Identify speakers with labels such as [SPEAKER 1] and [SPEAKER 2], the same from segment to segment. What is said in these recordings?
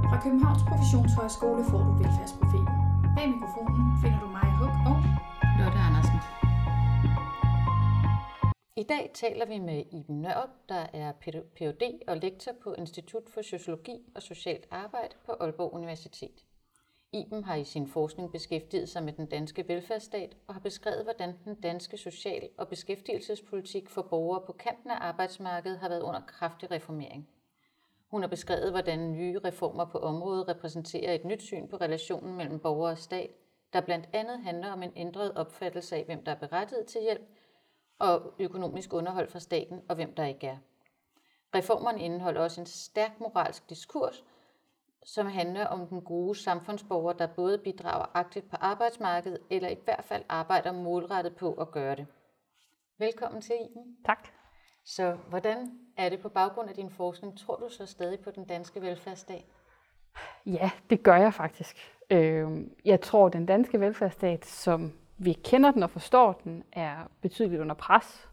[SPEAKER 1] Fra Københavns Professionshøjskole får du Velfærdsprofeten. Bag mikrofonen finder du mig, Hug, og
[SPEAKER 2] Lotte Andersen. I dag taler vi med Iben Nørup, der er Ph.D. og lektor på Institut for Sociologi og Socialt Arbejde på Aalborg Universitet. Iben har i sin forskning beskæftiget sig med den danske velfærdsstat og har beskrevet, hvordan den danske social- og beskæftigelsespolitik for borgere på kanten af arbejdsmarkedet har været under kraftig reformering. Hun har beskrevet, hvordan nye reformer på området repræsenterer et nyt syn på relationen mellem borger og stat, der blandt andet handler om en ændret opfattelse af, hvem der er berettiget til hjælp og økonomisk underhold fra staten, og hvem der ikke er. Reformerne indeholder også en stærk moralsk diskurs, som handler om den gode samfundsborger, der både bidrager aktivt på arbejdsmarkedet, eller i hvert fald arbejder målrettet på at gøre det. Velkommen til, Iben.
[SPEAKER 3] Tak.
[SPEAKER 2] Så hvordan er det på baggrund af din forskning? Tror du så stadig på den danske velfærdsstat?
[SPEAKER 3] Ja, det gør jeg faktisk. Jeg tror, at den danske velfærdsstat, som vi kender den og forstår den, er betydeligt under pres.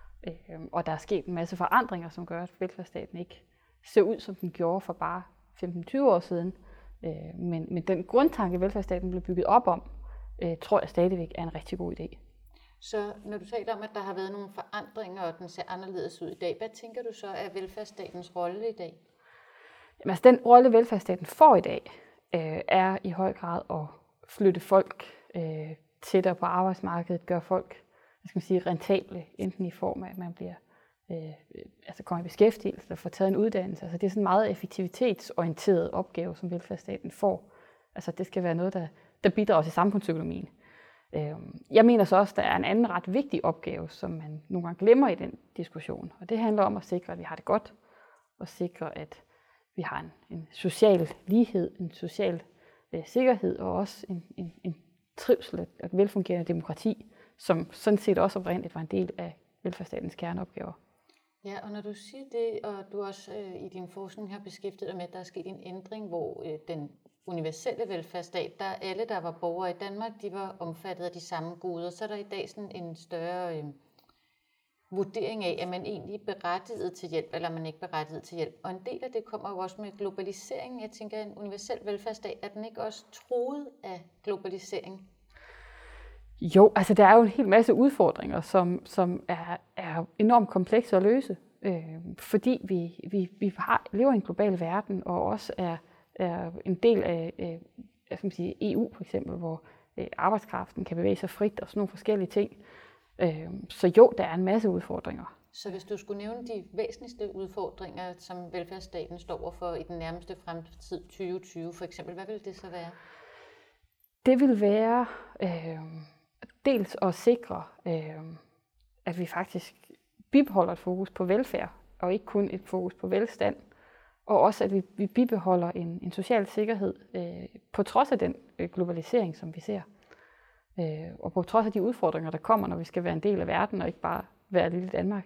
[SPEAKER 3] Og der er sket en masse forandringer, som gør, at velfærdsstaten ikke ser ud, som den gjorde for bare 15-20 år siden. Men den grundtanke, velfærdsstaten blev bygget op om, tror jeg stadigvæk er en rigtig god idé.
[SPEAKER 2] Så når du taler om, at der har været nogle forandringer, og den ser anderledes ud i dag, hvad tænker du så er velfærdsstatens rolle i dag?
[SPEAKER 3] Jamen, altså, den rolle, velfærdsstaten får i dag, er i høj grad at flytte folk tættere på arbejdsmarkedet, gøre folk rentable, enten i form af, at man bliver kommer i beskæftigelse eller får taget en uddannelse. Altså, det er sådan en meget effektivitetsorienteret opgave, som velfærdsstaten får. Altså, det skal være noget, der bidrager til samfundsøkonomien. Jeg mener så også, at der er en anden ret vigtig opgave, som man nogle gange glemmer i den diskussion. Og det handler om at sikre, at vi har det godt, og sikre, at vi har en social lighed, en social sikkerhed, og også en trivsel og et velfungerende demokrati, som sådan set også oprindeligt var en del af velfærdsstatens kerneopgaver.
[SPEAKER 2] Ja, og når du siger det, og du også i din forskning har beskæftiget dig med, at der er sket en ændring, hvor den universelle velfærdsstat, der alle, der var borgere i Danmark, de var omfattet af de samme goder, så er der i dag sådan en større vurdering af, at man egentlig er berettiget til hjælp, eller man ikke er berettiget til hjælp. Og en del af det kommer jo også med globalisering. Jeg tænker, at en universel velfærdsstat, er den ikke også truet af globalisering?
[SPEAKER 3] Jo, altså der er jo en hel masse udfordringer, som er enormt komplekse at løse, fordi vi lever i en global verden, og også er en del af EU for eksempel, hvor arbejdskraften kan bevæge sig frit og sådan nogle forskellige ting. Så jo, der er en masse udfordringer.
[SPEAKER 2] Så hvis du skulle nævne de væsentligste udfordringer, som velfærdsstaten står overfor i den nærmeste fremtid 2020 for eksempel, hvad vil det så være?
[SPEAKER 3] Det vil være dels at sikre, at vi faktisk bibeholder et fokus på velfærd, og ikke kun et fokus på velstand. Og også, at vi bibeholder en social sikkerhed på trods af den globalisering, som vi ser. Og på trods af de udfordringer, der kommer, når vi skal være en del af verden, og ikke bare være lille Danmark.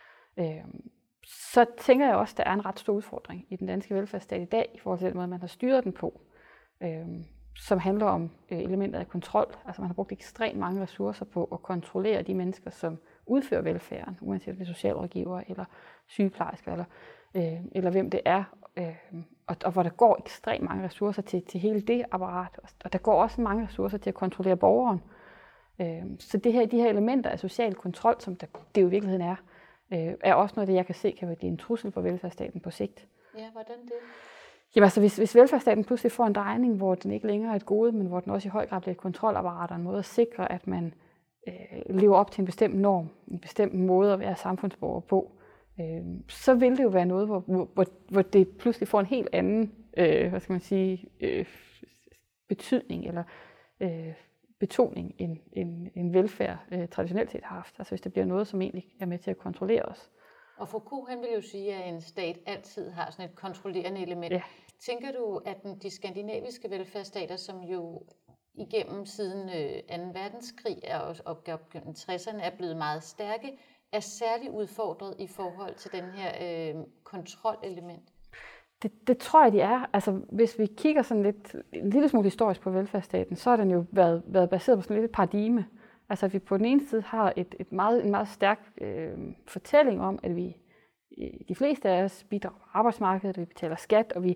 [SPEAKER 3] Så tænker jeg også, at der er en ret stor udfordring i den danske velfærdsstat i dag, i forhold til den måde, man har styret den på, som handler om elementer af kontrol. Altså man har brugt ekstremt mange ressourcer på at kontrollere de mennesker, som udfører velfærden, uanset om det er socialrådgiver eller sygeplejersker, eller hvem det er, og hvor der går ekstremt mange ressourcer til hele det apparat, og der går også mange ressourcer til at kontrollere borgeren. Så de her elementer af social kontrol, som det jo i virkeligheden er også noget, det jeg kan se kan blive en trussel for velfærdsstaten på sigt.
[SPEAKER 2] Ja, hvordan det?
[SPEAKER 3] Jamen altså, hvis velfærdsstaten pludselig får en drejning, hvor den ikke længere er et gode, men hvor den også i høj grad bliver et kontrolapparat og en måde at sikre, at man lever op til en bestemt norm, en bestemt måde at være samfundsborger på, så vil det jo være noget, hvor det pludselig får en helt anden betydning eller betoning, end velfærd traditionelt set har haft. Altså hvis det bliver noget, som egentlig er med til at kontrollere os.
[SPEAKER 2] Og Foucault, han vil jo sige, at en stat altid har sådan et kontrollerende element. Ja. Tænker du, at de skandinaviske velfærdsstater, som jo igennem siden 2. verdenskrig og opgjort i 60'erne er blevet meget stærke, er særligt udfordret i forhold til den her kontrolelement?
[SPEAKER 3] Det tror jeg, de er. Altså, hvis vi kigger sådan en lille smule historisk på velfærdsstaten, så har den jo været baseret på sådan lidt et paradigme. Altså, at vi på den ene side har en meget stærk fortælling om, at vi, de fleste af os bidrager på arbejdsmarkedet, og vi betaler skat, og vi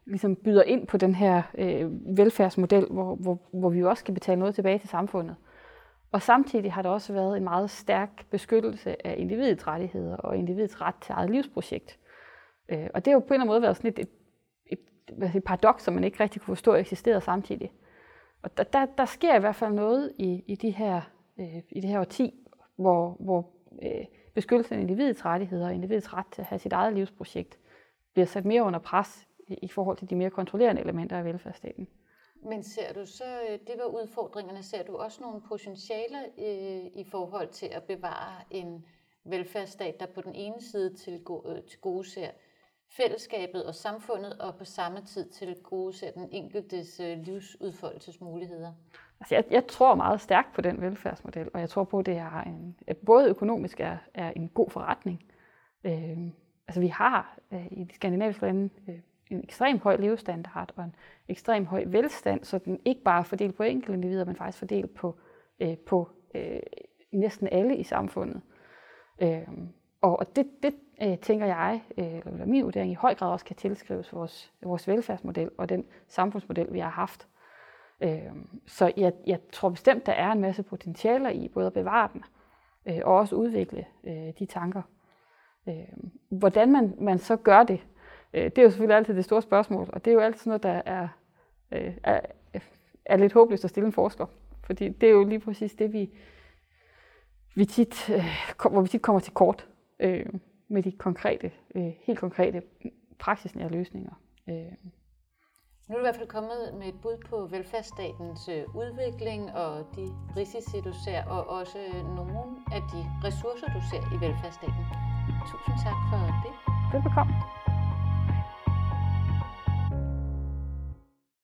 [SPEAKER 3] ligesom byder ind på den her velfærdsmodel, hvor vi jo også skal betale noget tilbage til samfundet. Og samtidig har der også været en meget stærk beskyttelse af individets rettigheder og individets ret til eget livsprojekt. Og det har jo på en eller anden måde været sådan et paradoks, som man ikke rigtig kunne forstå eksisterede samtidig. Og der sker i hvert fald noget i det her årti, hvor beskyttelsen af individets rettigheder og individets ret til at have sit eget livsprojekt bliver sat mere under pres i forhold til de mere kontrollerende elementer af velfærdsstaten.
[SPEAKER 2] Men ser du så, det var udfordringerne, ser du også nogle potentialer i forhold til at bevare en velfærdsstat, der på den ene side tilgodeser fællesskabet og samfundet, og på samme tid tilgodeser den enkeltes livsudfoldelsesmuligheder? Altså
[SPEAKER 3] jeg tror meget stærkt på den velfærdsmodel, og jeg tror på, at det er både økonomisk er en god forretning. Altså vi har i de skandinaviske lande en ekstrem høj levestandard og en ekstrem høj velstand, så den ikke bare er fordelt på enkelte individer, men faktisk fordelt på næsten alle i samfundet. Og det tænker jeg, eller min vurdering, i høj grad også kan tilskrives vores velfærdsmodel og den samfundsmodel, vi har haft. Så jeg tror bestemt, der er en masse potentialer i både at bevare den og også udvikle de tanker. Hvordan man så gør det, det er jo selvfølgelig altid det store spørgsmål, og det er jo altid noget, der er lidt håbløst at stille en forsker. Fordi det er jo lige præcis det, vi tit kommer til kort med de helt konkrete praksisnære løsninger.
[SPEAKER 2] Nu er du i hvert fald kommet med et bud på velfærdsstatens udvikling og de risici, du ser, og også nogle af de ressourcer, du ser i velfærdsstaten. Tusind tak for det.
[SPEAKER 3] Velbekomme.